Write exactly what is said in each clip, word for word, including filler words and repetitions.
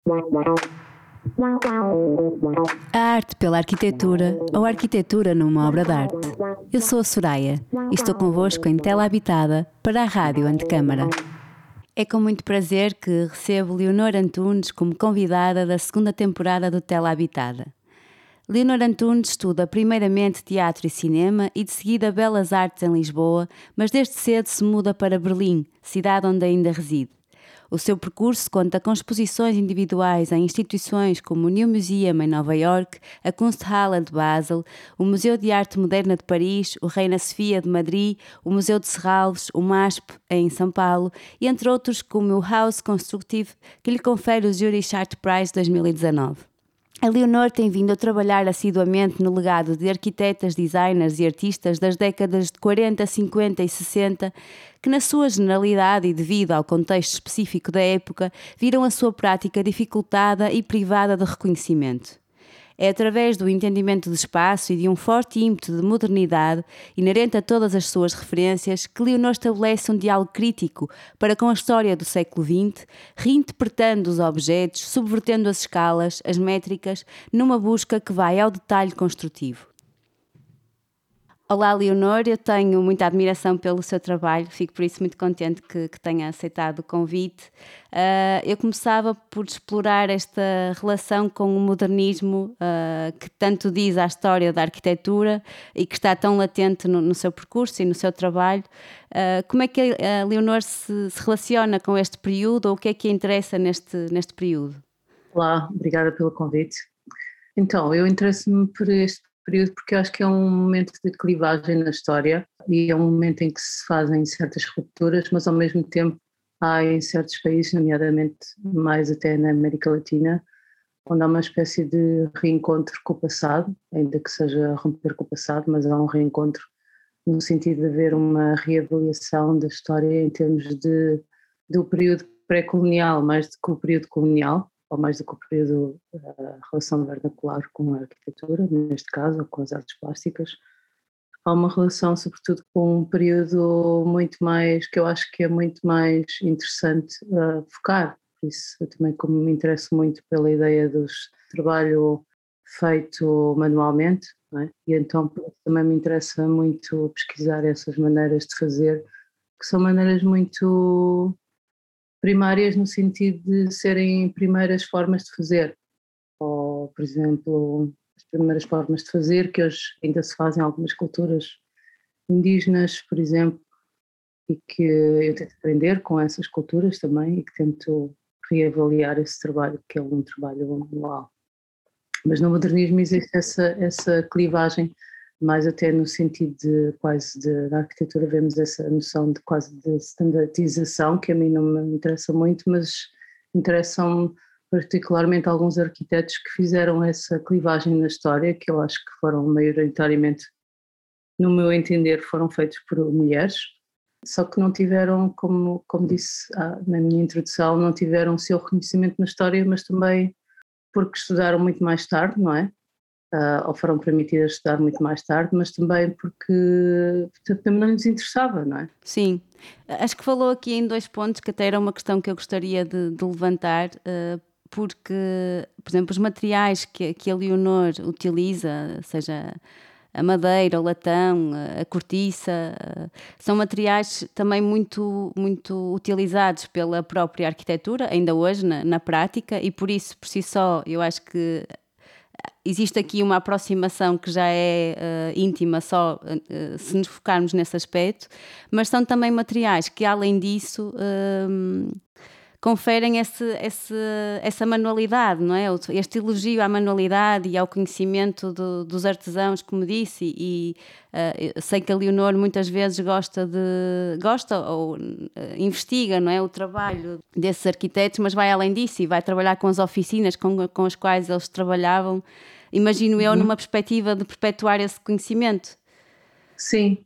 A arte pela arquitetura ou a arquitetura numa obra de arte. Eu sou a Soraya e estou convosco em Tela Habitada para a Rádio Antecâmara. É com muito prazer que recebo Leonor Antunes como convidada da segunda temporada do Tela Habitada. Leonor Antunes estuda primeiramente teatro e cinema e de seguida belas artes em Lisboa, mas desde cedo se muda para Berlim, cidade onde ainda reside. O seu percurso conta com exposições individuais em instituições como o New Museum em Nova York, a Kunsthalle de Basel, o Museu de Arte Moderna de Paris, o Reina Sofia de Madrid, o Museu de Serralves, o MASP em São Paulo e entre outros como o House Constructive, que lhe confere o Zurich Art Prize dois mil e dezanove. A Leonor tem vindo a trabalhar assiduamente no legado de arquitetas, designers e artistas das décadas de quarenta, cinquenta e sessenta, que na sua generalidade e devido ao contexto específico da época, viram a sua prática dificultada e privada de reconhecimento. É através do entendimento de espaço e de um forte ímpeto de modernidade, inerente a todas as suas referências, que Leonor estabelece um diálogo crítico para com a história do século vinte, reinterpretando os objetos, subvertendo as escalas, as métricas, numa busca que vai ao detalhe construtivo. Olá, Leonor, eu tenho muita admiração pelo seu trabalho, fico por isso muito contente que, que tenha aceitado o convite. Uh, eu começava por explorar esta relação com o modernismo uh, que tanto diz à história da arquitetura e que está tão latente no, no seu percurso e no seu trabalho. Uh, como é que a Leonor se, se relaciona com este período ou o que é que a interessa neste, neste período? Olá, obrigada pelo convite. Então, eu interesso-me por este período porque eu acho que é um momento de clivagem na história e é um momento em que se fazem certas rupturas, mas ao mesmo tempo há em certos países, nomeadamente mais até na América Latina, onde há uma espécie de reencontro com o passado, ainda que seja romper com o passado, mas há um reencontro no sentido de haver uma reavaliação da história em termos de, do período pré-colonial mais do que o período colonial, ou mais do que o período, a relação vernacular com a arquitetura, neste caso, ou com as artes plásticas. Há uma relação, sobretudo, com um período muito mais, que eu acho que é muito mais interessante uh, focar. Por isso, eu também, como me interesso muito pela ideia do trabalho feito manualmente, não é? E então também me interessa muito pesquisar essas maneiras de fazer, que são maneiras muito primárias no sentido de serem primeiras formas de fazer, ou, por exemplo, as primeiras formas de fazer que hoje ainda se fazem em algumas culturas indígenas, por exemplo, e que eu tento aprender com essas culturas também e que tento reavaliar esse trabalho, que é um trabalho manual. Mas no modernismo existe essa, essa clivagem, mais até no sentido de quase de, da arquitetura vemos essa noção de quase de standardização, que a mim não me interessa muito, mas interessam particularmente alguns arquitetos que fizeram essa clivagem na história, que eu acho que foram maioritariamente, no meu entender, foram feitos por mulheres, só que não tiveram, como, como disse ah, na minha introdução, não tiveram o seu reconhecimento na história, mas também porque estudaram muito mais tarde, não é? Uh, ou foram permitidas estudar muito mais tarde, mas também porque portanto, também não lhes interessava, não é? Sim, acho que falou aqui em dois pontos que até era uma questão que eu gostaria de, de levantar, uh, porque, por exemplo, os materiais que, que a Leonor utiliza, seja a madeira, o latão, a cortiça, uh, são materiais também muito, muito utilizados pela própria arquitetura, ainda hoje na, na prática, e por isso, por si só, eu acho que existe aqui uma aproximação que já é uh, íntima só uh, se nos focarmos nesse aspecto, mas são também materiais que, além disso, uh, conferem esse, esse, essa manualidade, não é? Este elogio à manualidade e ao conhecimento do, dos artesãos, como disse, e uh, sei que a Leonor muitas vezes gosta de gosta ou uh, investiga, não é, o trabalho desses arquitetos, mas vai além disso e vai trabalhar com as oficinas com, com as quais eles trabalhavam, imagino eu, Uhum. numa perspectiva de perpetuar esse conhecimento. Sim.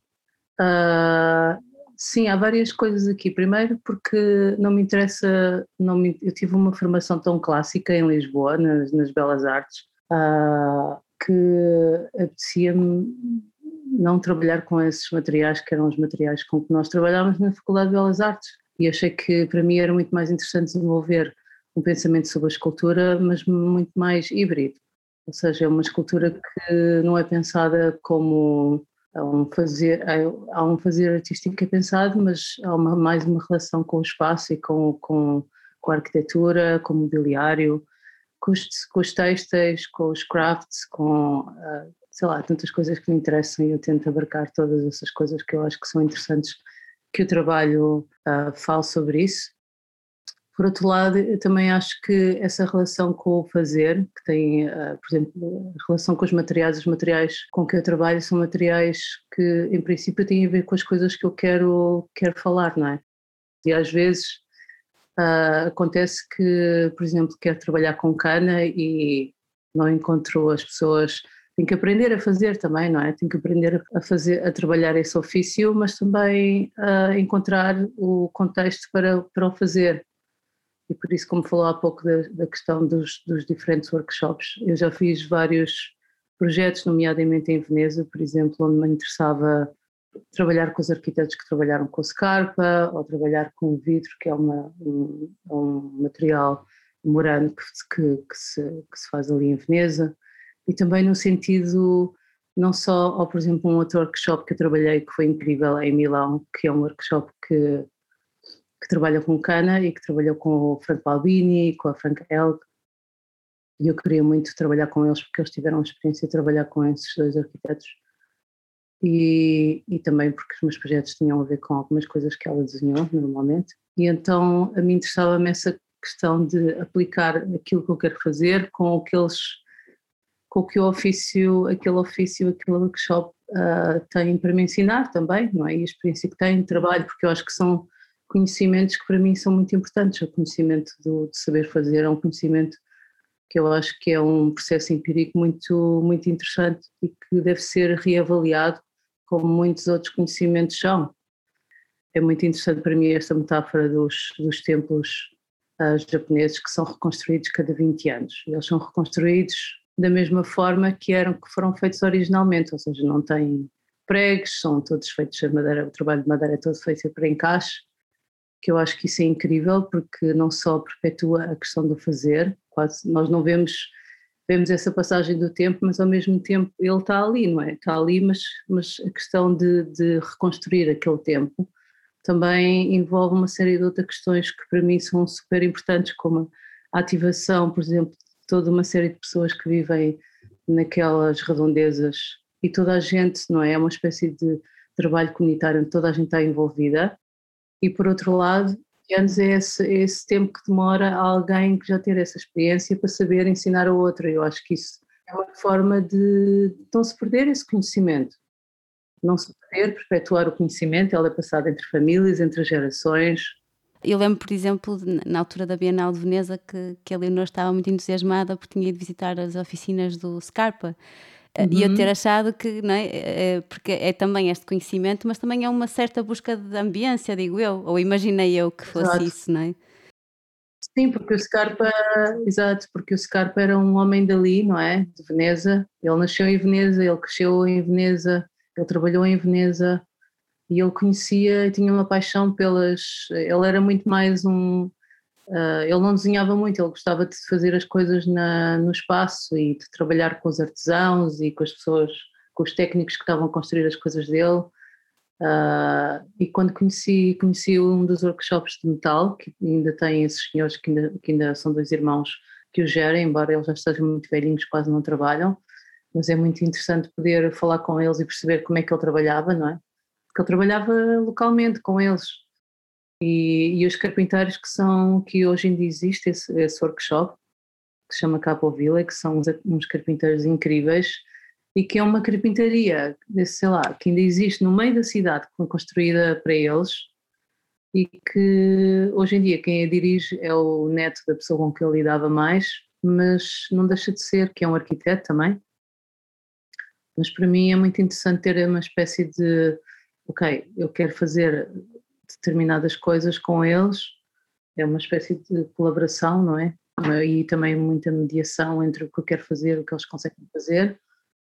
Uh... Sim, há várias coisas aqui. Primeiro porque não me interessa, não me, eu tive uma formação tão clássica em Lisboa, nas, nas Belas Artes, uh, que apetecia-me não trabalhar com esses materiais que eram os materiais com que nós trabalhávamos na Faculdade de Belas Artes. E achei que para mim era muito mais interessante desenvolver um pensamento sobre a escultura, mas muito mais híbrido, ou seja, é uma escultura que não é pensada como há um fazer, há um fazer artístico que é pensado, mas há uma, mais uma relação com o espaço e com, com, com a arquitetura, com o mobiliário, com os, com os têxteis, com os crafts, com, uh, sei lá, tantas coisas que me interessam e eu tento abarcar todas essas coisas que eu acho que são interessantes, que o trabalho uh, fala sobre isso. Por outro lado, eu também acho que essa relação com o fazer, que tem, uh, por exemplo, a relação com os materiais, os materiais com que eu trabalho são materiais que, em princípio, têm a ver com as coisas que eu quero, quero falar, não é? E às vezes uh, acontece que, por exemplo, quero trabalhar com cana e não encontro as pessoas. Tenho que aprender a fazer também, não é? Tenho que aprender a fazer, a trabalhar esse ofício, mas também a encontrar o contexto para, para o fazer. E por isso, como falou há pouco da, da questão dos, dos diferentes workshops, eu já fiz vários projetos, nomeadamente em Veneza, por exemplo, onde me interessava trabalhar com os arquitetos que trabalharam com Scarpa, ou trabalhar com o vidro, que é uma, um, um material morano que, que, que, se, que se faz ali em Veneza, e também no sentido, não só, ou por exemplo, um outro workshop que eu trabalhei que foi incrível em Milão, que é um workshop que que trabalha com cana e que trabalhou com o Franco Balbini e com a Franca Helg, e eu queria muito trabalhar com eles porque eles tiveram a experiência de trabalhar com esses dois arquitetos e, e também porque os meus projetos tinham a ver com algumas coisas que ela desenhou normalmente, e então a mim interessava-me essa questão de aplicar aquilo que eu quero fazer com aqueles, com o que o ofício, aquele ofício, aquele workshop uh, tem para me ensinar também, não é? E a experiência que tem de trabalho, porque eu acho que são conhecimentos que para mim são muito importantes. O conhecimento do, de saber fazer é um conhecimento que eu acho que é um processo empírico muito, muito interessante e que deve ser reavaliado como muitos outros conhecimentos são. É muito interessante para mim esta metáfora dos, dos templos uh, japoneses que são reconstruídos cada vinte anos. Eles são reconstruídos da mesma forma que eram, que foram feitos originalmente, ou seja, não têm pregos, são todos feitos de madeira, o trabalho de madeira é todo feito para encaixe, que eu acho que isso é incrível porque não só perpetua a questão do fazer, quase nós não vemos, vemos essa passagem do tempo, mas ao mesmo tempo ele está ali, não é? Está ali, mas, mas a questão de, de reconstruir aquele tempo também envolve uma série de outras questões que para mim são super importantes, como a ativação, por exemplo, de toda uma série de pessoas que vivem naquelas redondezas e toda a gente, não é? É uma espécie de trabalho comunitário onde toda a gente está envolvida. E por outro lado, anos é esse, é esse tempo que demora a alguém que já ter essa experiência para saber ensinar a outro. Eu acho que isso é uma forma de não se perder esse conhecimento, não se perder, perpetuar o conhecimento, ele é passado entre famílias, entre gerações. Eu lembro, por exemplo, na altura da Bienal de Veneza, que, que a Leonor estava muito entusiasmada porque tinha ido visitar as oficinas do Scarpa. Uhum. E eu ter achado que, não é, é, porque é também este conhecimento, mas também é uma certa busca de ambiência, digo eu, ou imaginei eu que fosse Exato. Isso, não é? Sim, porque o Scarpa, exato, porque o Scarpa era um homem dali, não é? De Veneza, ele nasceu em Veneza, ele cresceu em Veneza, ele trabalhou em Veneza e ele conhecia e tinha uma paixão pelas, ele era muito mais um, Uh, ele não desenhava muito, ele gostava de fazer as coisas na, no espaço e de trabalhar com os artesãos e com as pessoas, com os técnicos que estavam a construir as coisas dele. Uh, e quando conheci, conheci um dos workshops de metal, que ainda tem esses senhores que ainda, que ainda são dois irmãos que o gerem, embora eles já estejam muito velhinhos, quase não trabalham, mas é muito interessante poder falar com eles e perceber como é que ele trabalhava, não é? Porque ele trabalhava localmente com eles. E, e os carpinteiros que são, que hoje em dia existe esse, esse workshop, que se chama Capovilla, que são uns, uns carpinteiros incríveis e que é uma carpintaria, sei lá, que ainda existe no meio da cidade, que foi construída para eles e que hoje em dia quem a dirige é o neto da pessoa com quem ele lidava mais, mas não deixa de ser, que é um arquiteto também. Mas para mim é muito interessante ter uma espécie de, ok, eu quero fazer determinadas coisas com eles, é uma espécie de colaboração, não é? E também muita mediação entre o que eu quero fazer e o que eles conseguem fazer,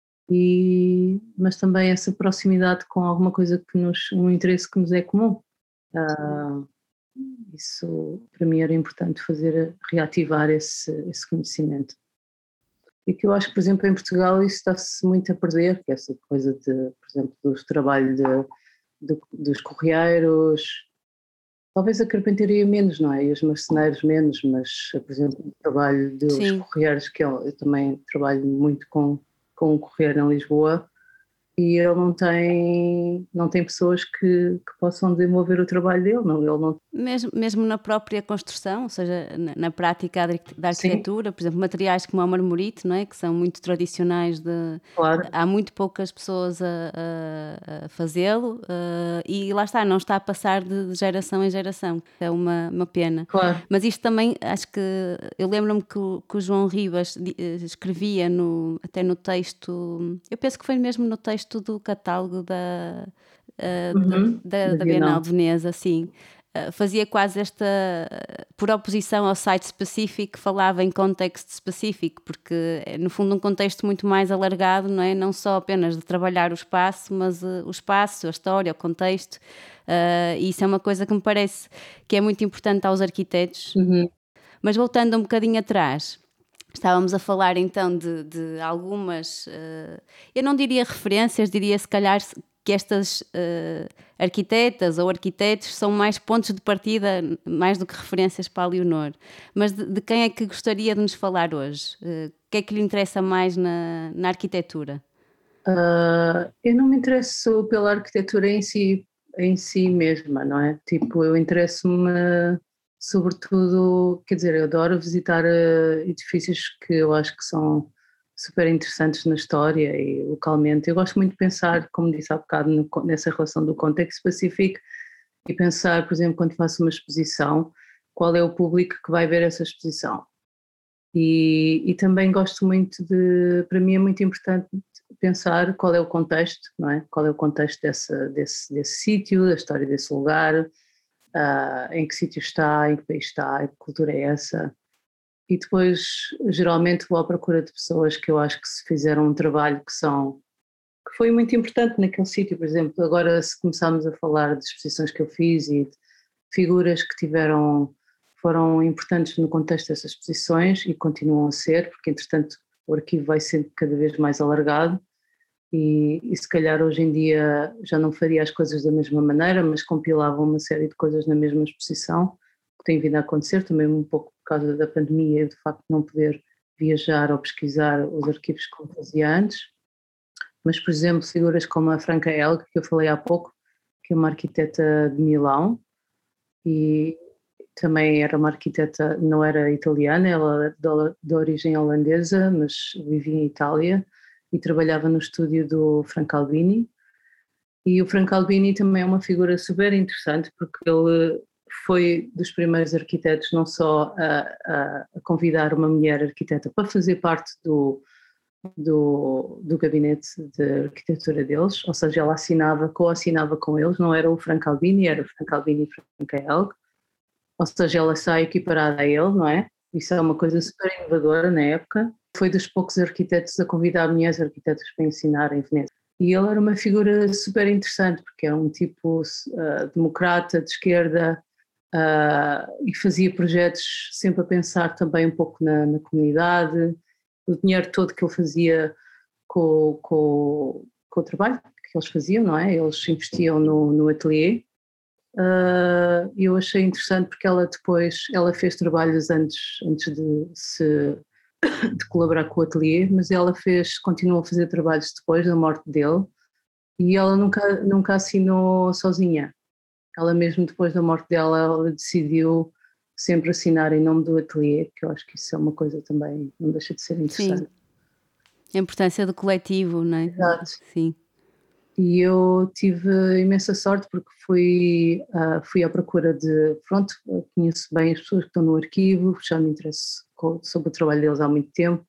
e, mas também essa proximidade com alguma coisa que nos, um interesse que nos é comum. Uh, Isso para mim era importante fazer, reativar esse, esse conhecimento. E que eu acho que, por exemplo, em Portugal isso está-se muito a perder, que é essa coisa de, por exemplo, dos trabalhos de, de, dos correieiros, talvez a carpentaria menos, não é? E os marceneiros menos, mas, por exemplo, o trabalho dos Sim. correieiros, que eu, eu também trabalho muito com, com um correeiro em Lisboa, e ele não tem, não tem pessoas que, que possam desenvolver o trabalho dele, não, ele não. Mesmo, mesmo na própria construção, ou seja, na, na prática da Sim, arquitetura, por exemplo, materiais como a marmorite, não é? Que são muito tradicionais, de, claro, há muito poucas pessoas a, a, a fazê-lo, uh, e lá está, não está a passar de, de geração em geração, é uma, uma pena. claro. Mas isto também, acho que, eu lembro-me que o, que o João Ribas escrevia no, até no texto, eu penso que foi mesmo no texto do catálogo da... Uh, Uhum. da, Da da Bienal Bienal. de Veneza, assim, uh, fazia quase esta, por oposição ao site específico, falava em contexto específico, porque é no fundo um contexto muito mais alargado, não é? Não só apenas de trabalhar o espaço, mas uh, o espaço, a história, o contexto, uh, e isso é uma coisa que me parece que é muito importante aos arquitetos. Uhum. Mas voltando um bocadinho atrás, estávamos a falar então de, de algumas, uh, eu não diria referências, diria se calhar que estas uh, arquitetas ou arquitetos são mais pontos de partida, mais do que referências para a Leonor. Mas de, de quem é que gostaria de nos falar hoje? Uh, o que é que lhe interessa mais na, na arquitetura? Uh, eu não me interesso pela arquitetura em si, em si mesma, não é? Tipo, eu interesso-me sobretudo, quer dizer, eu adoro visitar uh, edifícios que eu acho que são super interessantes na história e localmente. Eu gosto muito de pensar, como disse há bocado, no, nessa relação do contexto específico e pensar, por exemplo, quando faço uma exposição, qual é o público que vai ver essa exposição. E, e também gosto muito de, para mim é muito importante pensar qual é o contexto, não é? Qual é o contexto desse, desse, desse sítio, da história desse lugar, uh, em que sítio está, em que país está, em que cultura é essa. E depois, geralmente, vou à procura de pessoas que eu acho que se fizeram um trabalho que são, que foi muito importante naquele sítio. Por exemplo, agora se começarmos a falar de exposições que eu fiz e de figuras que tiveram, foram importantes no contexto dessas exposições e continuam a ser, porque entretanto o arquivo vai sendo cada vez mais alargado e, e se calhar hoje em dia já não faria as coisas da mesma maneira, mas compilava uma série de coisas na mesma exposição, que tem vindo a acontecer também um pouco por causa da pandemia e de facto não poder viajar ou pesquisar os arquivos como fazia antes. Mas, por exemplo, figuras como a Franca Elg, que eu falei há pouco, que é uma arquiteta de Milão, e também era uma arquiteta, não era italiana, ela era de, de origem holandesa, mas vivia em Itália e trabalhava no estúdio do Franco Albini. E o Franco Albini também é uma figura super interessante porque ele foi dos primeiros arquitetos não só a, a, a convidar uma mulher arquiteta para fazer parte do, do, do gabinete de arquitetura deles, ou seja, ela assinava, co-assinava com eles, não era o Franco Albini, era o Franco Albini e Franca Elg, ou seja, ela sai equiparada a ele, não é? Isso é uma coisa super inovadora na época. Foi dos poucos arquitetos a convidar mulheres arquitetas para ensinar em Veneza. E ele era uma figura super interessante, porque era um tipo uh, democrata, de esquerda, uh, e fazia projetos sempre a pensar também um pouco na, na comunidade. O dinheiro todo que ele fazia com, com, com o trabalho que eles faziam, não é? Eles investiam no, no ateliê. Uh, eu achei interessante porque ela depois, ela fez trabalhos antes, antes de, se, de colaborar com o ateliê, mas ela fez, continuou a fazer trabalhos depois da morte dele e ela nunca, nunca assinou sozinha. Ela mesmo depois da morte dela, ela decidiu sempre assinar em nome do ateliê, que eu acho que isso é uma coisa também, não deixa de ser interessante. Sim, a importância do coletivo, não é? Exato. Sim. E eu tive imensa sorte porque fui, uh, fui à procura de, pronto, conheço bem as pessoas que estão no arquivo, já me interesso sobre o trabalho deles há muito tempo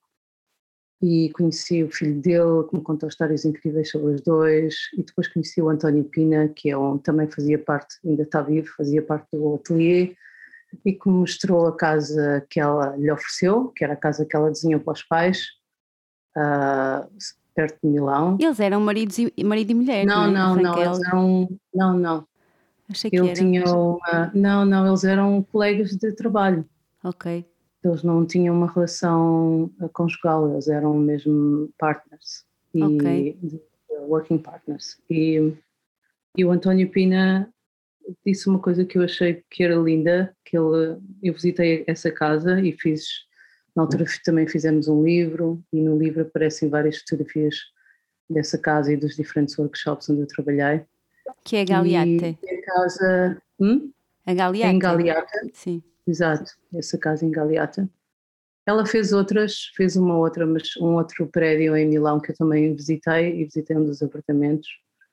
e conheci o filho dele que me contou histórias incríveis sobre os dois e depois conheci o António Pina, que é um, também fazia parte, ainda está vivo, fazia parte do ateliê e que me mostrou a casa que ela lhe ofereceu, que era a casa que ela desenhou para os pais, uh, perto de Milão. Eles eram maridos e, marido e mulher, Não, não é? não, não, eles eram, não, não. Achei que Ele eram. tinha uma... Não, não, eles eram colegas de trabalho. Ok, Eles não tinham uma relação eh, conjugal, eles eram mesmo partners ok. e working partners. E, e o António Pina disse uma coisa que eu achei que era linda, que ele, eu visitei essa casa e fiz, na altura também fizemos um livro e no livro aparecem várias fotografias dessa casa e dos diferentes workshops onde eu trabalhei. Que é E Galeate. a casa hum? A É em Galeate. Galeata, Sim. exato, essa casa em Galeata. Ela fez outras, fez uma outra, mas um outro prédio em Milão que eu também visitei e visitei um dos apartamentos.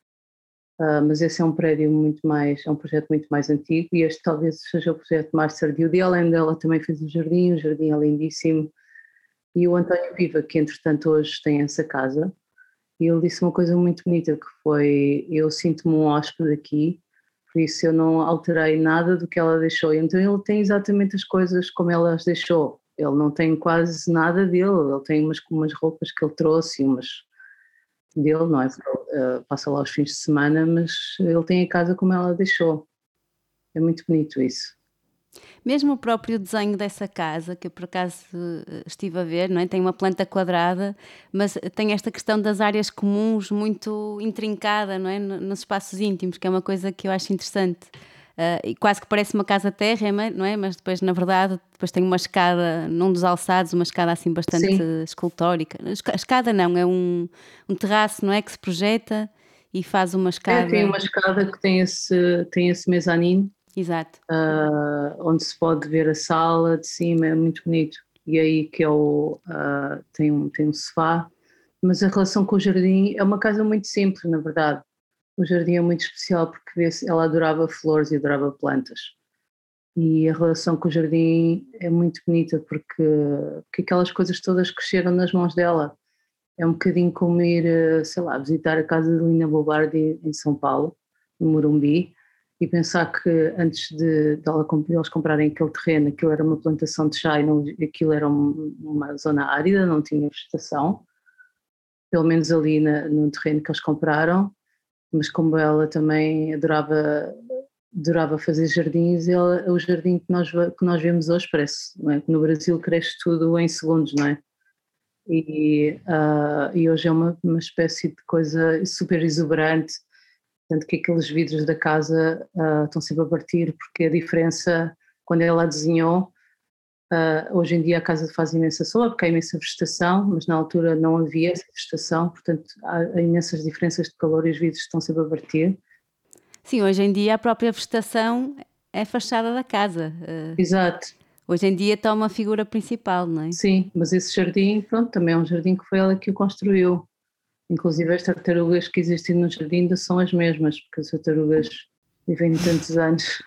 Uh, mas esse é um prédio muito mais, é um projeto muito mais antigo e este talvez seja o projeto mais tardio dela. Ainda ela também fez o jardim, o jardim é lindíssimo. E o António Piva, que entretanto hoje tem essa casa, e ele disse uma coisa muito bonita que foi: eu sinto-me um hóspede aqui, por isso eu não alterei nada do que ela deixou. Então ele tem exatamente as coisas como ela as deixou. Ele não tem quase nada dele, ele tem umas, umas roupas que ele trouxe, umas dele, não é? Porque ele uh, passa lá os fins de semana, mas ele tem a casa como ela deixou. É muito bonito isso. Mesmo o próprio desenho dessa casa, que eu por acaso eh, estive a ver, não é? Tem uma planta quadrada, mas tem esta questão das áreas comuns muito intrincada, não é? No- Nos espaços íntimos, que é uma coisa que eu acho interessante. Ah, e quase que parece uma casa térrea, não é? Mas depois, na verdade, depois tem uma escada, num dos alçados, uma escada assim bastante Sim, escultórica. Esca- Escada não, é um, um terraço, não é? Que se projeta e faz uma é, tem escada. uma escada que tem esse, tem esse mezanino, Exato. uh, onde se pode ver a sala de cima, é muito bonito. E aí que é o, uh, tem, um, tem um sofá, mas a relação com o jardim é uma casa muito simples, na verdade. O jardim é muito especial porque vê-se- ela adorava flores e adorava plantas. E a relação com o jardim é muito bonita porque, porque aquelas coisas todas cresceram nas mãos dela. É um bocadinho como ir, eh, sei lá, visitar a casa de Lina Bobardi em São Paulo, no Morumbi, e pensar que antes de, de ela, de eles comprarem aquele terreno, aquilo era uma plantação de chá e não, aquilo era um- uma zona árida, não tinha vegetação, pelo menos ali na, no terreno que eles compraram, mas como ela também adorava, adorava fazer jardins, ela, o jardim que nós, que nós vemos hoje parece, não é? Que no Brasil cresce tudo em segundos, não é? E, ah, e hoje é uma, uma espécie de coisa super exuberante, tanto que aqueles vidros da casa ah, estão sempre a partir, porque a diferença, quando ela a desenhou, ah, hoje em dia a casa faz imensa sombra, porque há imensa vegetação, mas na altura não havia essa vegetação, portanto há, há imensas diferenças de calor e os vidros estão sempre a partir. Sim, hoje em dia a própria vegetação é a fachada da casa. Eh, Exato, hoje em dia toma a figura principal, não é? sim, mas esse jardim, pronto, também é um jardim que foi ela que o construiu. Inclusive as tartarugas que existem no jardim ainda são as mesmas, porque as tartarugas vivem tantos anos.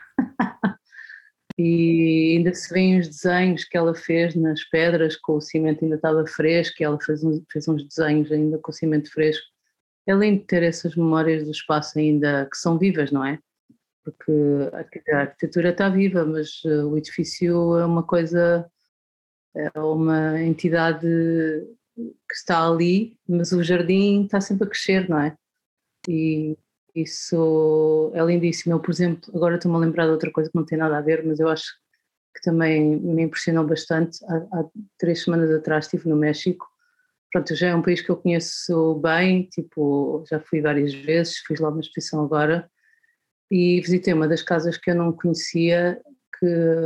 E ainda se vêem os desenhos que ela fez nas pedras, com o cimento ainda estava fresco, e ela fez uns, fez uns desenhos ainda com o cimento fresco. É lindo ter essas memórias do espaço ainda que são vivas, não é? Porque a arquitetura está viva, mas eh, o edifício é uma coisa, é uma entidade que está ali, mas o jardim está sempre a crescer, não é? E isso é lindíssimo. Eu, por exemplo, agora estou-me a lembrar de outra coisa que não tem nada a ver, mas eu acho que também me impressionou bastante. Há, há três semanas atrás estive no México. Pronto, já é um país que eu conheço bem, tipo, já fui várias vezes, fiz lá uma exposição agora e visitei uma das casas que eu não conhecia, que,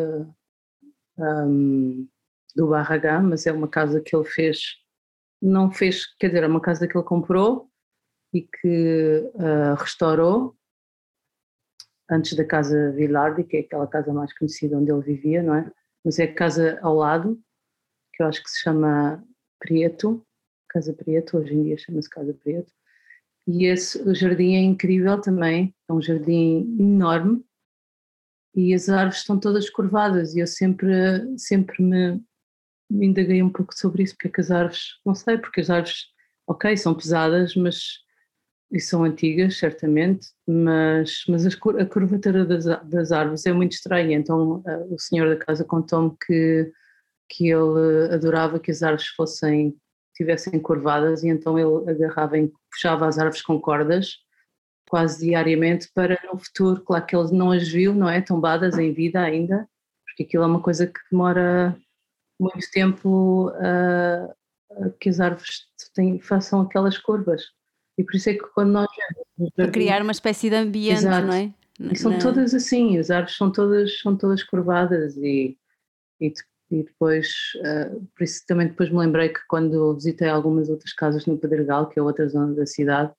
um, do Barragán, mas é uma casa que ele fez, não fez, quer dizer, é uma casa que ele comprou e que uh, restaurou antes da Casa Vilardi, que é aquela casa mais conhecida onde ele vivia, não é? Mas é a casa ao lado, que eu acho que se chama Prieto, Casa Prieto, hoje em dia chama-se Casa Prieto. E esse, o jardim é incrível também, é um jardim enorme e as árvores estão todas curvadas e eu sempre, sempre me, me indaguei um pouco sobre isso, porque é que as árvores, não sei, porque as árvores, ok, são pesadas, mas e são antigas, certamente, mas, mas as cur- a curvatura das, das árvores é muito estranha, então uh, o senhor da casa contou-me que, que ele adorava que as árvores fossem, tivessem curvadas e então ele agarrava, em, puxava as árvores com cordas, quase diariamente para no futuro, claro que ele não as viu, não é, tombadas em vida ainda, porque aquilo é uma coisa que demora muito tempo a, a que as árvores têm, façam aquelas curvas. E por isso é que quando nós vemos nos Para jardins, criar uma espécie de ambiente, não exato, é? e são Na- todas assim, as árvores são todas, são todas curvadas e, e, de- e depois, ah, por isso também depois me lembrei que quando visitei algumas outras casas no Pedregal, que é outra zona da cidade,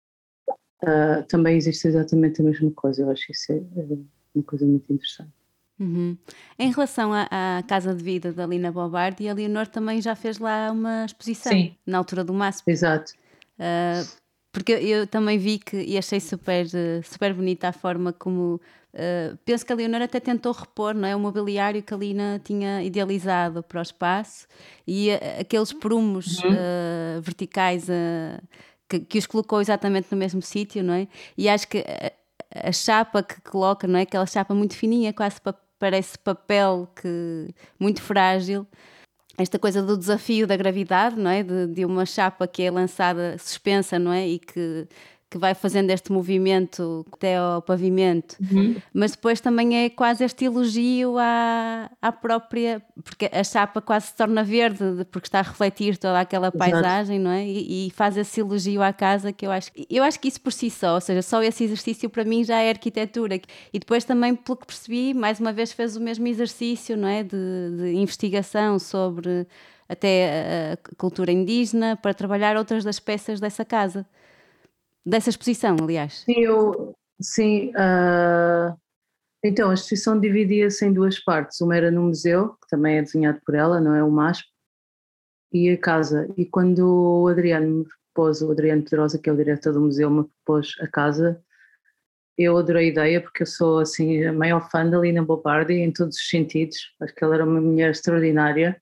ah, também existe exatamente a mesma coisa. Eu acho isso é, é uma coisa muito interessante. Uhum. Em relação à, à casa de vida da Lina Bobardi, a Leonor também já fez lá uma exposição, Sim, na altura do MASP. exato. Uh, porque eu, eu também vi que e achei super, uh, super bonita a forma como uh, penso que a Leonor até tentou repor, não é, o mobiliário que a Lina tinha idealizado para o espaço e uh, aqueles prumos Uhum. uh, verticais uh, que, que os colocou exatamente no mesmo sítio, não é? E acho que a, a chapa que coloca, não é? Aquela chapa muito fininha, quase pa- parece papel que, muito frágil, esta coisa do desafio da gravidade, não é? De, de uma chapa que é lançada suspensa, não é? E que, que vai fazendo este movimento até ao pavimento. Uhum. Mas depois também é quase este elogio à, à própria, porque a chapa quase se torna verde de- porque está a refletir toda aquela Exato. paisagem, não é? E, e faz esse elogio à casa que eu acho, eu acho que isso por si só, ou seja, só esse exercício para mim já é arquitetura. E depois também, pelo que percebi, mais uma vez fez o mesmo exercício, não é? De, de investigação sobre até a a cultura indígena para trabalhar outras das peças dessa casa, dessa exposição, aliás. Sim, eu, sim, ah, então a exposição dividia-se em duas partes. Uma era no museu, que também é desenhado por ela, não é? O MASP, e a casa. E quando o Adriano me propôs, o Adriano Pedrosa, que é o diretor do museu, me propôs a casa, eu adorei a ideia, porque eu sou assim a maior fã da Lina Bobardi em todos os sentidos. Acho que ela era uma mulher extraordinária.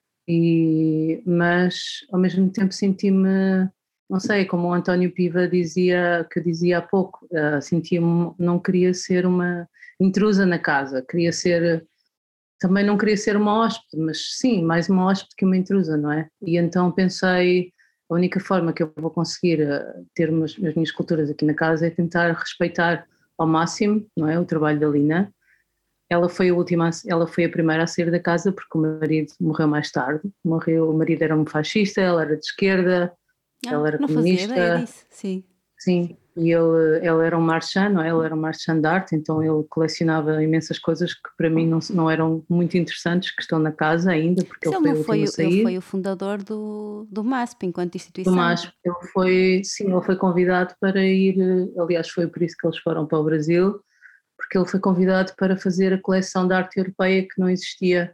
E, mas ao mesmo tempo senti-me, não sei, como o António Piva dizia, que dizia há pouco, uh, sentia-me, não queria ser uma intrusa na casa, queria ser, também não queria ser uma hóspede, mas sim, mais uma hóspede que uma intrusa, não é? E então pensei, a única forma que eu vou conseguir uh, ter umas, as minhas esculturas aqui na casa é tentar respeitar ao máximo, não é, o trabalho da Lina. Ela foi a última, ela foi a primeira a sair da casa porque o marido morreu mais tarde. Morreu, o marido era um fascista, ela era de esquerda, Ah, ela era não fazia ideia comunista, disso, sim. sim, e ele, ele era um marchand, não é? Ele era um marchand de arte, então ele colecionava imensas coisas que para mim não, não eram muito interessantes, que estão na casa ainda, porque Mas ele ele foi não o último a foi, o- ele foi sair. o fundador do, do MASP enquanto instituição. Tomás, ele foi, sim, ele foi convidado para ir, eh, aliás foi por isso que eles foram para o Brasil, porque ele foi convidado para fazer a coleção de arte europeia que não existia,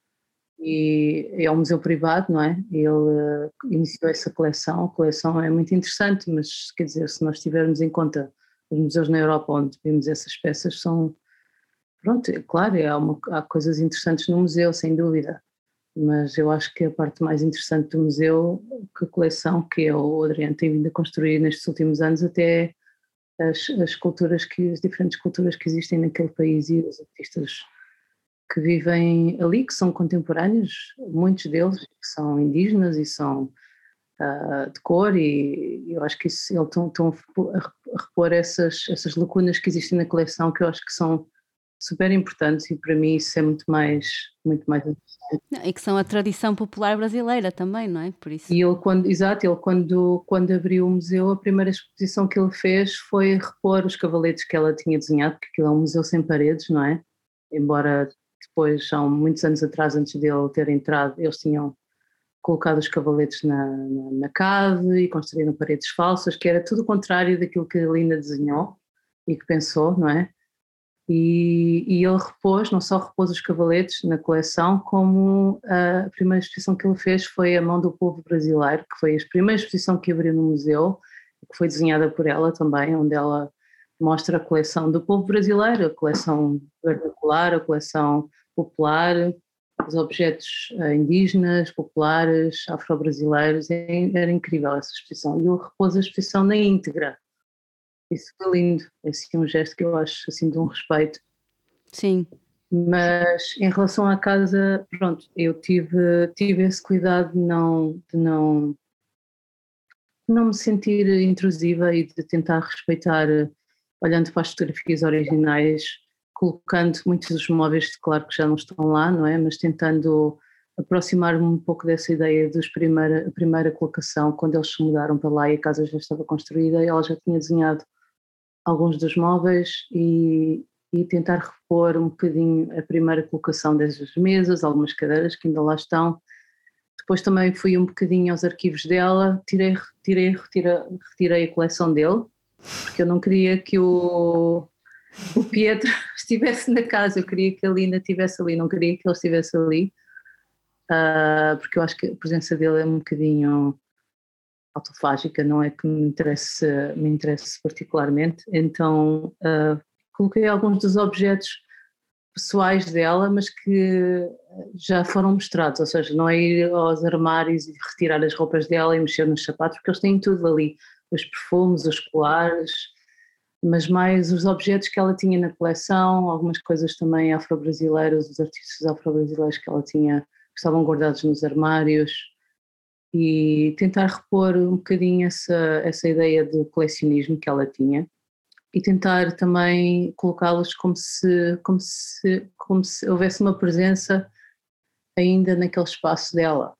e é um museu privado, não é? Ele uh, iniciou essa coleção, a coleção é muito interessante, mas quer dizer, se nós tivermos em conta os museus na Europa onde vimos essas peças, são, pronto, é claro, há, uma, há coisas interessantes no museu, sem dúvida, mas eu acho que a parte mais interessante do museu, que a coleção que é o Adriano tem vindo a construir nestes últimos anos, até as, as culturas que, as diferentes culturas que existem naquele país e os artistas que vivem ali, que são contemporâneos, muitos deles que são indígenas e são uh, de cor, e eu acho que isso, eles estão, estão a repor essas, essas lacunas que existem na coleção, que eu acho que são super importantes, e para mim isso é muito mais, muito mais interessante. Não, e que são a tradição popular brasileira também, não é? Por isso. E ele quando, exato, ele quando, quando abriu o museu, a primeira exposição que ele fez foi repor os cavaletes que ela tinha desenhado, porque aquilo é um museu sem paredes, não é? Embora depois, há muitos anos atrás, antes dele ter entrado, eles tinham colocado os cavaletes na, na, na cave e construíram paredes falsas, que era tudo o contrário daquilo que a Linda desenhou e que pensou, não é? E, e ele repôs, não só repôs os cavaletes na coleção, como a primeira exposição que ele fez foi A Mão do Povo Brasileiro, que foi a primeira exposição que abriu no museu, que foi desenhada por ela também, onde ela mostra a coleção do povo brasileiro, a coleção vernacular, a coleção popular, os objetos uh, indígenas, populares, afro-brasileiros. Era incrível essa exposição. E ele repôs a exposição na íntegra. Isso foi lindo, é assim um gesto que eu acho assim de um respeito. Sim. Mas em relação à casa, pronto, eu tive, tive esse cuidado de não, de não não me sentir intrusiva e de tentar respeitar, olhando para as fotografias originais, colocando muitos dos móveis, claro que já não estão lá, não é? Mas tentando aproximar-me um pouco dessa ideia da primeira, primeira colocação, quando eles se mudaram para lá e a casa já estava construída, ela já tinha desenhado alguns dos móveis e, e tentar repor um bocadinho a primeira colocação dessas mesas, algumas cadeiras que ainda lá estão. Depois também fui um bocadinho aos arquivos dela, tirei, retirei, retirei, retirei a coleção dele, porque eu não queria que o, o Pietro estivesse na casa, eu queria que a Lina estivesse ali, não queria que ele estivesse ali, uh, porque eu acho que a presença dele é um bocadinho autofágica, não é que me interesse, me interesse particularmente, então uh, coloquei alguns dos objetos pessoais dela, mas que já foram mostrados, ou seja, não é ir aos armários e retirar as roupas dela e mexer nos sapatos, porque eles têm tudo ali, os perfumes, os colares, mas mais os objetos que ela tinha na coleção, algumas coisas também afro-brasileiras, os artistas afro-brasileiros que ela tinha, que estavam guardados nos armários, e tentar repor um bocadinho essa, essa ideia de colecionismo que ela tinha. E tentar também colocá-los como se, como, se, como se houvesse uma presença ainda naquele espaço dela.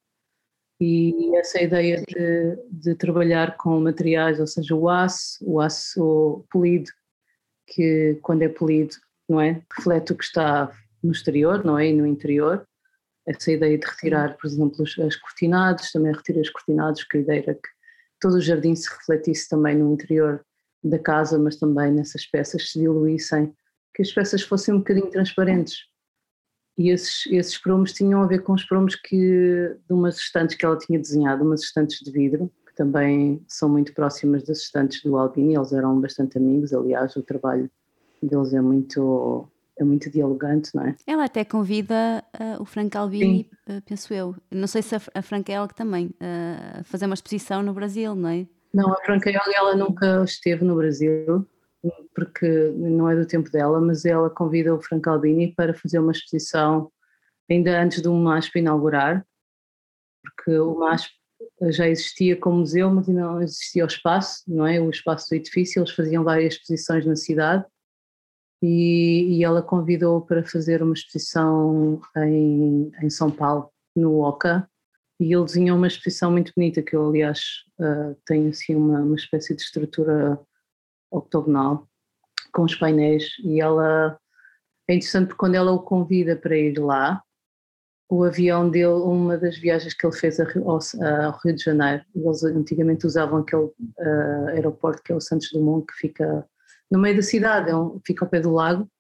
E essa ideia de, de trabalhar com materiais, ou seja, o aço, o aço polido, que quando é polido, não é, reflete o que está no exterior, não é, e no interior. Essa ideia de retirar, por exemplo, os, as cortinados, também retirar os cortinados, que a ideia era que todo o jardim se refletisse também no interior da casa, mas também nessas peças se diluíssem, que as peças fossem um bocadinho transparentes. E esses, esses promos tinham a ver com os promos que, de umas estantes que ela tinha desenhado, umas estantes de vidro, que também são muito próximas das estantes do Albini, eles eram bastante amigos, aliás, o trabalho deles é muito, é muito dialogante, não é? Ela até convida uh, o Frank Albini, uh, penso eu, não sei se a, a Franca que também, a uh, fazer uma exposição no Brasil, não é? Não, a Franca ela nunca esteve no Brasil, porque não é do tempo dela, mas ela convida o Frank Albini para fazer uma exposição ainda antes do MASP inaugurar, porque o MASP já existia como museu, mas ainda não existia o espaço, não é? O espaço do edifício, eles faziam várias exposições na cidade e, e ela convidou para fazer uma exposição em, em São Paulo, no Oca. E ele desenhou uma exposição muito bonita, que eu, aliás, uh, tenho assim uma, uma espécie de estrutura octogonal, com os painéis, e ela, é interessante porque quando ela o convida para ir lá, o avião dele, uma das viagens que ele fez ao, ao Rio de Janeiro, eles antigamente usavam aquele uh, aeroporto que é o Santos Dumont, que fica no meio da cidade, é um, fica ao pé do lago,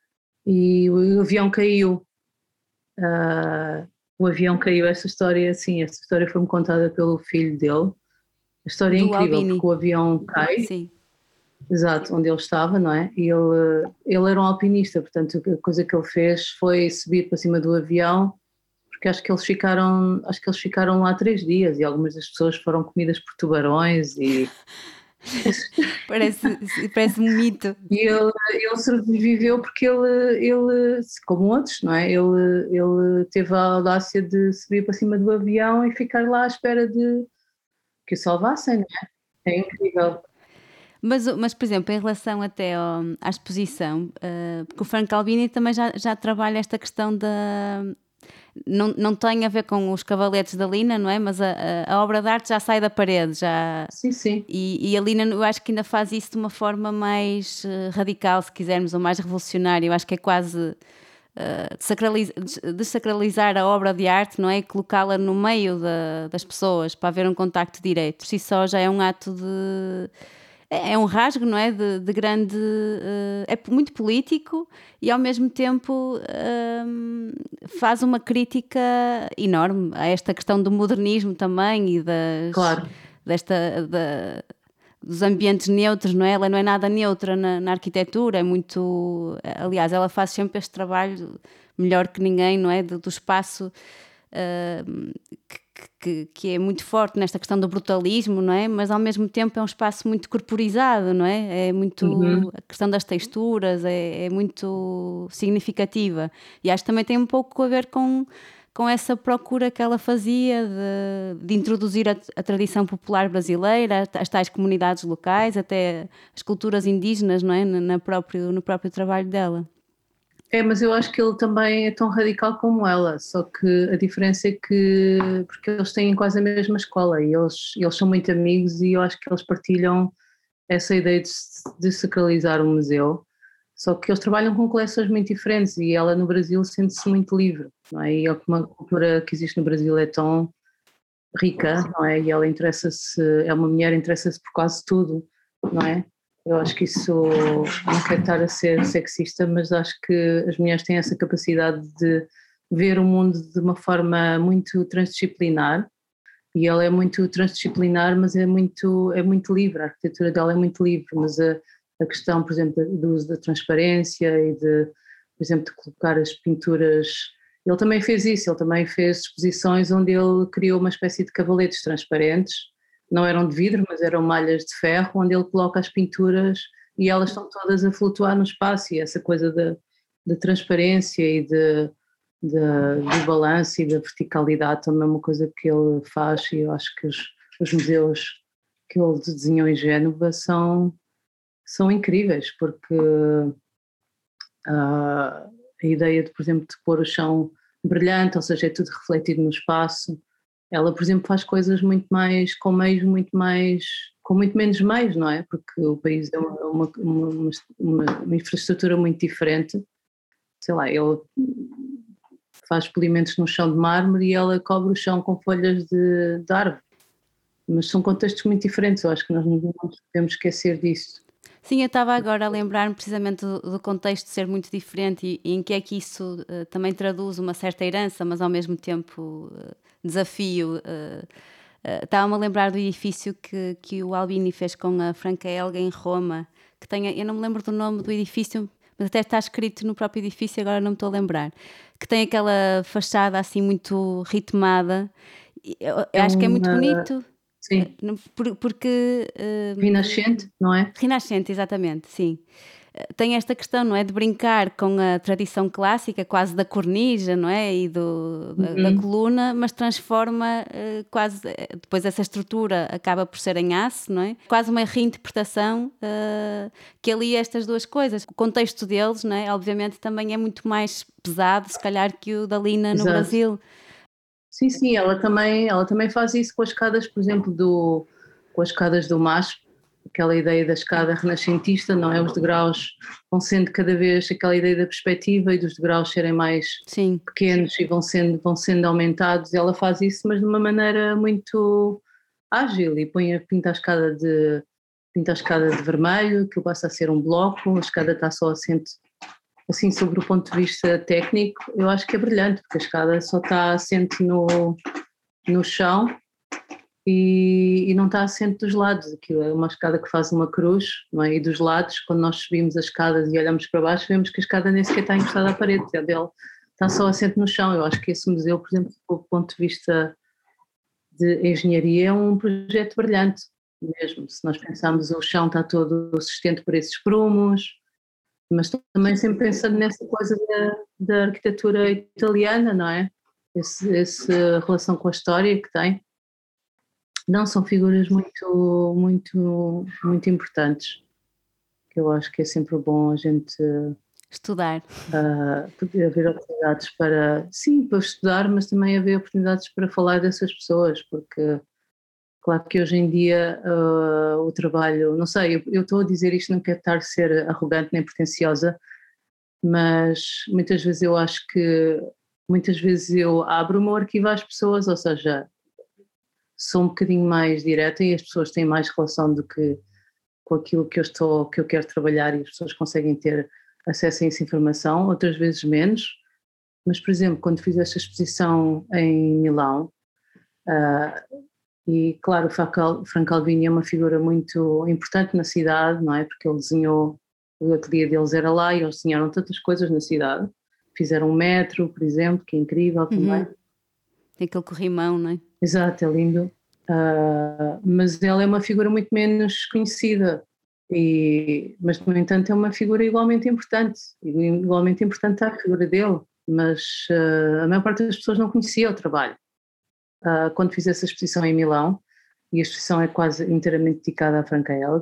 e o, o avião caiu. Uh, O avião caiu, essa história, sim, essa história foi-me contada pelo filho dele. A história é Do incrível, Albini. porque o avião cai, sim. Exato, onde ele estava, não é? E ele, ele era um alpinista, portanto a coisa que ele fez foi subir para cima do avião, porque acho que eles ficaram, acho que eles ficaram lá três dias e algumas das pessoas foram comidas por tubarões e... parece, parece um mito. E ele, ele sobreviveu porque ele, ele, como outros, não é? Ele, ele teve a audácia de subir para cima do avião e ficar lá à espera de que o salvassem, não é? É incrível. Mas, mas, por exemplo, em relação até ao, à exposição, uh, porque o Frank Albini também já, já trabalha esta questão da... Não, não tem a ver com os cavaletes da Lina, não é? Mas a, a, a obra de arte já sai da parede, já... Sim, sim. E, e a Lina, eu acho que ainda faz isso de uma forma mais uh, radical, se quisermos, ou mais revolucionária. Eu acho que é quase uh, desacralizar a obra de arte, não é? E colocá-la no meio da, das pessoas, para haver um contacto direto. Por si só já é um ato de... É um rasgo, não é? De, de grande... Uh, é muito político e ao mesmo tempo uh, faz uma crítica enorme a esta questão do modernismo também e das, claro. desta, da, dos ambientes neutros, não é? Ela não é nada neutra na, na arquitetura, é muito... Aliás, ela faz sempre este trabalho melhor que ninguém, não é? Do, do espaço... Uh, que, que, que é muito forte nesta questão do brutalismo, não é? Mas ao mesmo tempo é um espaço muito corporizado, não é? É muito... Uhum. A questão das texturas é, é muito significativa e acho que também tem um pouco a ver com, com essa procura que ela fazia de, de introduzir a, a tradição popular brasileira, as tais comunidades locais, até as culturas indígenas, não é? Na próprio, no próprio trabalho dela. É, mas eu acho que ele também é tão radical como ela, só que a diferença é que, porque eles têm quase a mesma escola e eles, eles são muito amigos e eu acho que eles partilham essa ideia de, de sacralizar o museu, só que eles trabalham com coleções muito diferentes e ela no Brasil sente-se muito livre, não é? E uma cultura que existe no Brasil é tão rica, não é? E ela interessa-se, é uma mulher, interessa-se por quase tudo, não é? Eu acho que isso, não quero estar a ser sexista, mas acho que as mulheres têm essa capacidade de ver o mundo de uma forma muito transdisciplinar e ela é muito transdisciplinar, mas é muito, é muito livre, a arquitetura dela é muito livre, mas a, a questão, por exemplo, do uso da transparência e de, por exemplo, de colocar as pinturas, ele também fez isso, ele também fez exposições onde ele criou uma espécie de cavaletes transparentes, não eram de vidro, mas eram malhas de ferro, onde ele coloca as pinturas e elas estão todas a flutuar no espaço e essa coisa da, da transparência e de, de, do balanço e da verticalidade também é uma coisa que ele faz e eu acho que os, os museus que ele desenhou em Génova são, são incríveis porque uh, a ideia de, por exemplo, de pôr o chão brilhante, ou seja, é tudo refletido no espaço. Ela, por exemplo, faz coisas muito mais, com meios muito mais, com muito menos meios, não é? Porque o país é uma, uma, uma, uma infraestrutura muito diferente. Sei lá, ele faz polimentos no chão de mármore e ela cobre o chão com folhas de, de árvore. Mas são contextos muito diferentes, eu acho que nós não podemos esquecer disso. Sim, eu estava agora a lembrar-me precisamente do, do contexto ser muito diferente e, e em que é que isso uh, também traduz uma certa herança, mas ao mesmo tempo uh, desafio. Uh, uh, estava-me a lembrar do edifício que, que o Albini fez com a Franca Elga em Roma, que tem, eu não me lembro do nome do edifício, mas até está escrito no próprio edifício, agora não me estou a lembrar, que tem aquela fachada assim muito ritmada, eu, eu É acho que é muito uma, bonito. sim, Por, porque... Uh, Renascente, não é? Renascente, exatamente, sim. Tem esta questão, não é, de brincar com a tradição clássica, quase da cornija, não é, e do, da, Uhum. da coluna, mas transforma uh, quase, depois essa estrutura acaba por ser em aço, não é, quase uma reinterpretação uh, que alia estas duas coisas. O contexto deles, não é, obviamente também é muito mais pesado, se calhar, que o da Lina no Exato. Brasil. Sim, sim, ela também, ela também faz isso com as escadas, por exemplo, do, com as escadas do M A S P, aquela ideia da escada renascentista, não é? Os degraus vão sendo cada vez aquela ideia da perspectiva e dos degraus serem mais Sim. pequenos e vão sendo, vão sendo aumentados. Ela faz isso, mas de uma maneira muito ágil e põe a, pinta a escada de pinta a escada de vermelho, que basta ser um bloco, a escada está só assente. Assim, sobre o ponto de vista técnico, eu acho que é brilhante, porque a escada só está assente no, no chão e, e não está assente dos lados. Aquilo é uma escada que faz uma cruz, não é? E dos lados, quando nós subimos as escadas e olhamos para baixo, vemos que a escada nem sequer está encostada à parede, a dele está só assente no chão. Eu acho que esse museu, por exemplo, do ponto de vista de engenharia, é um projeto brilhante mesmo. Se nós pensarmos, o chão está todo sustento por esses prumos, mas também sempre pensando nessa coisa da, da arquitetura italiana, não é? Esse, essa relação com a história que tem. Não, são figuras muito, muito, muito importantes, que eu acho que é sempre bom a gente estudar. Uh, poder haver oportunidades para, sim, para estudar, mas também haver oportunidades para falar dessas pessoas, porque claro que hoje em dia uh, o trabalho, não sei, eu, eu estou a dizer isto, não quero estar a ser arrogante nem pretenciosa, mas muitas vezes eu acho que, muitas vezes eu abro o meu arquivo às pessoas, ou seja, sou um bocadinho mais direta e as pessoas têm mais relação do que com aquilo que eu estou, que eu quero trabalhar e as pessoas conseguem ter acesso a essa informação, outras vezes menos, mas por exemplo, quando fiz esta exposição em Milão, uh, e claro, o Franco Albini é uma figura muito importante na cidade, não é? Porque ele desenhou, o ateliê deles era lá e eles desenharam tantas coisas na cidade, fizeram um metro, por exemplo, que é incrível uhum. Também. Tem aquele corrimão, não é? Exato, é lindo, uh, mas ela é uma figura muito menos conhecida, e, mas no entanto é uma figura igualmente importante, igualmente importante a figura dele, mas uh, a maior parte das pessoas não conhecia o trabalho. Uh, quando fiz essa exposição em Milão, e a exposição é quase inteiramente dedicada à Franca Elg,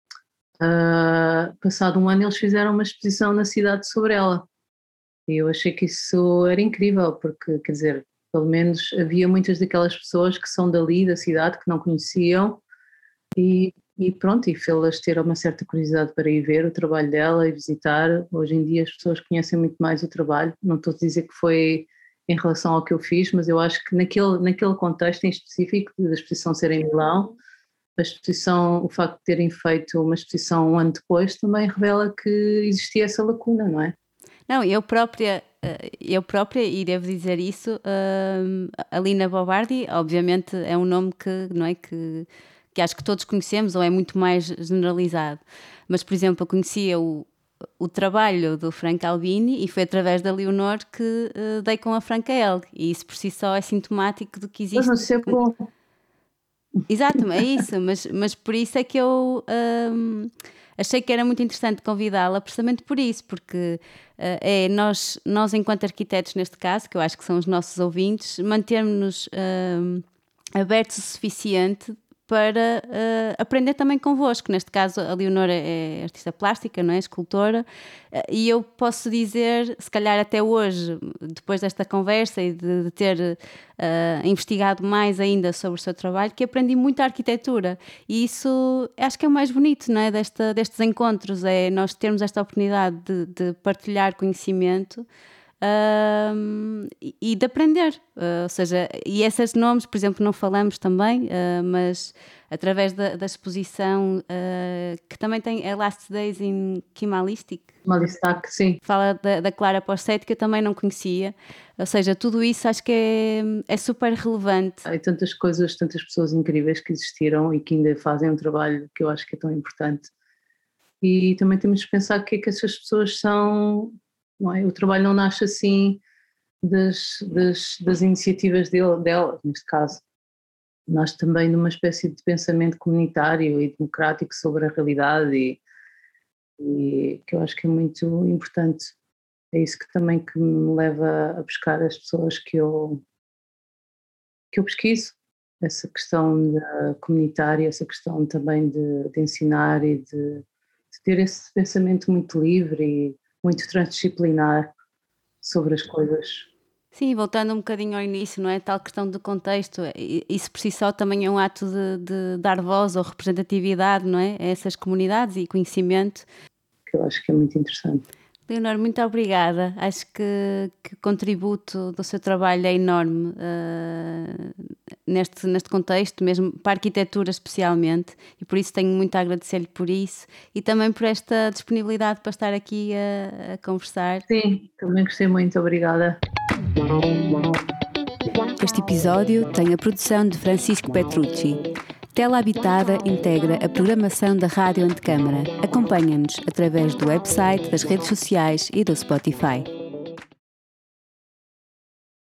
uh, passado um ano eles fizeram uma exposição na cidade sobre ela. E eu achei que isso era incrível, porque, quer dizer, pelo menos havia muitas daquelas pessoas que são dali, da cidade, que não conheciam, e, e pronto, e fê-las ter uma certa curiosidade para ir ver o trabalho dela e visitar. Hoje em dia as pessoas conhecem muito mais o trabalho, não estou a dizer que foi em relação ao que eu fiz, mas eu acho que naquele, naquele contexto em específico da exposição ser em Milão, a exposição, o facto de terem feito uma exposição um ano depois também revela que existia essa lacuna, não é? Não, eu própria, eu própria, e devo dizer isso, a Lina Bobardi, obviamente é um nome que, não é, que, que acho que todos conhecemos, ou é muito mais generalizado, mas, por exemplo, eu conhecia o, o trabalho do Frank Albini e foi através da Leonor que uh, dei com a Franca Elg, e isso por si só é sintomático do que existe. Mas não sei bom. Exato, é isso, mas, mas por isso é que eu um, achei que era muito interessante convidá-la, precisamente por isso, porque uh, é nós, nós, enquanto arquitetos, neste caso, que eu acho que são os nossos ouvintes, mantermos-nos um, abertos o suficiente para uh, aprender também convosco. Neste caso, a Leonor é artista plástica, não é? Escultora, uh, e eu posso dizer, se calhar até hoje, depois desta conversa e de, de ter uh, investigado mais ainda sobre o seu trabalho, que aprendi muito a arquitetura, e isso acho que é o mais bonito, não é? Desta, destes encontros, é nós termos esta oportunidade de, de partilhar conhecimento Uh, e de aprender, uh, ou seja, e esses nomes, por exemplo, não falamos também, uh, mas através da, da exposição uh, que também tem a Last Days in Kimalistic, Kimalistic, sim. Fala da, da Clara Possetti, que eu também não conhecia, ou seja, tudo isso acho que é, é super relevante. Há tantas coisas, tantas pessoas incríveis que existiram e que ainda fazem um trabalho que eu acho que é tão importante, e também temos de pensar o que é que essas pessoas são. Não é? O trabalho não nasce assim das, das, das iniciativas dele, delas, neste caso. Nasce também de uma espécie de pensamento comunitário e democrático sobre a realidade, e, e que eu acho que é muito importante. É isso que também que me leva a buscar as pessoas que eu, que eu pesquiso, essa questão da comunitária, essa questão também de, de ensinar e de, de ter esse pensamento muito livre e muito transdisciplinar sobre as coisas. Sim, voltando um bocadinho ao início, não é? Tal questão do contexto, isso por si só também é um ato de, de dar voz ou representatividade, não é? A essas comunidades e conhecimento. Que eu acho que é muito interessante. Leonor, muito obrigada. Acho que, que o contributo do seu trabalho é enorme uh, neste, neste contexto, mesmo para a arquitetura especialmente, e por isso tenho muito a agradecer-lhe por isso e também por esta disponibilidade para estar aqui a, a conversar. Sim, também gostei muito, obrigada. Este episódio tem a produção de Francisco Petrucci. Tela Habitada integra a programação da Rádio Antecâmara. Acompanha-nos através do website, das redes sociais e do Spotify.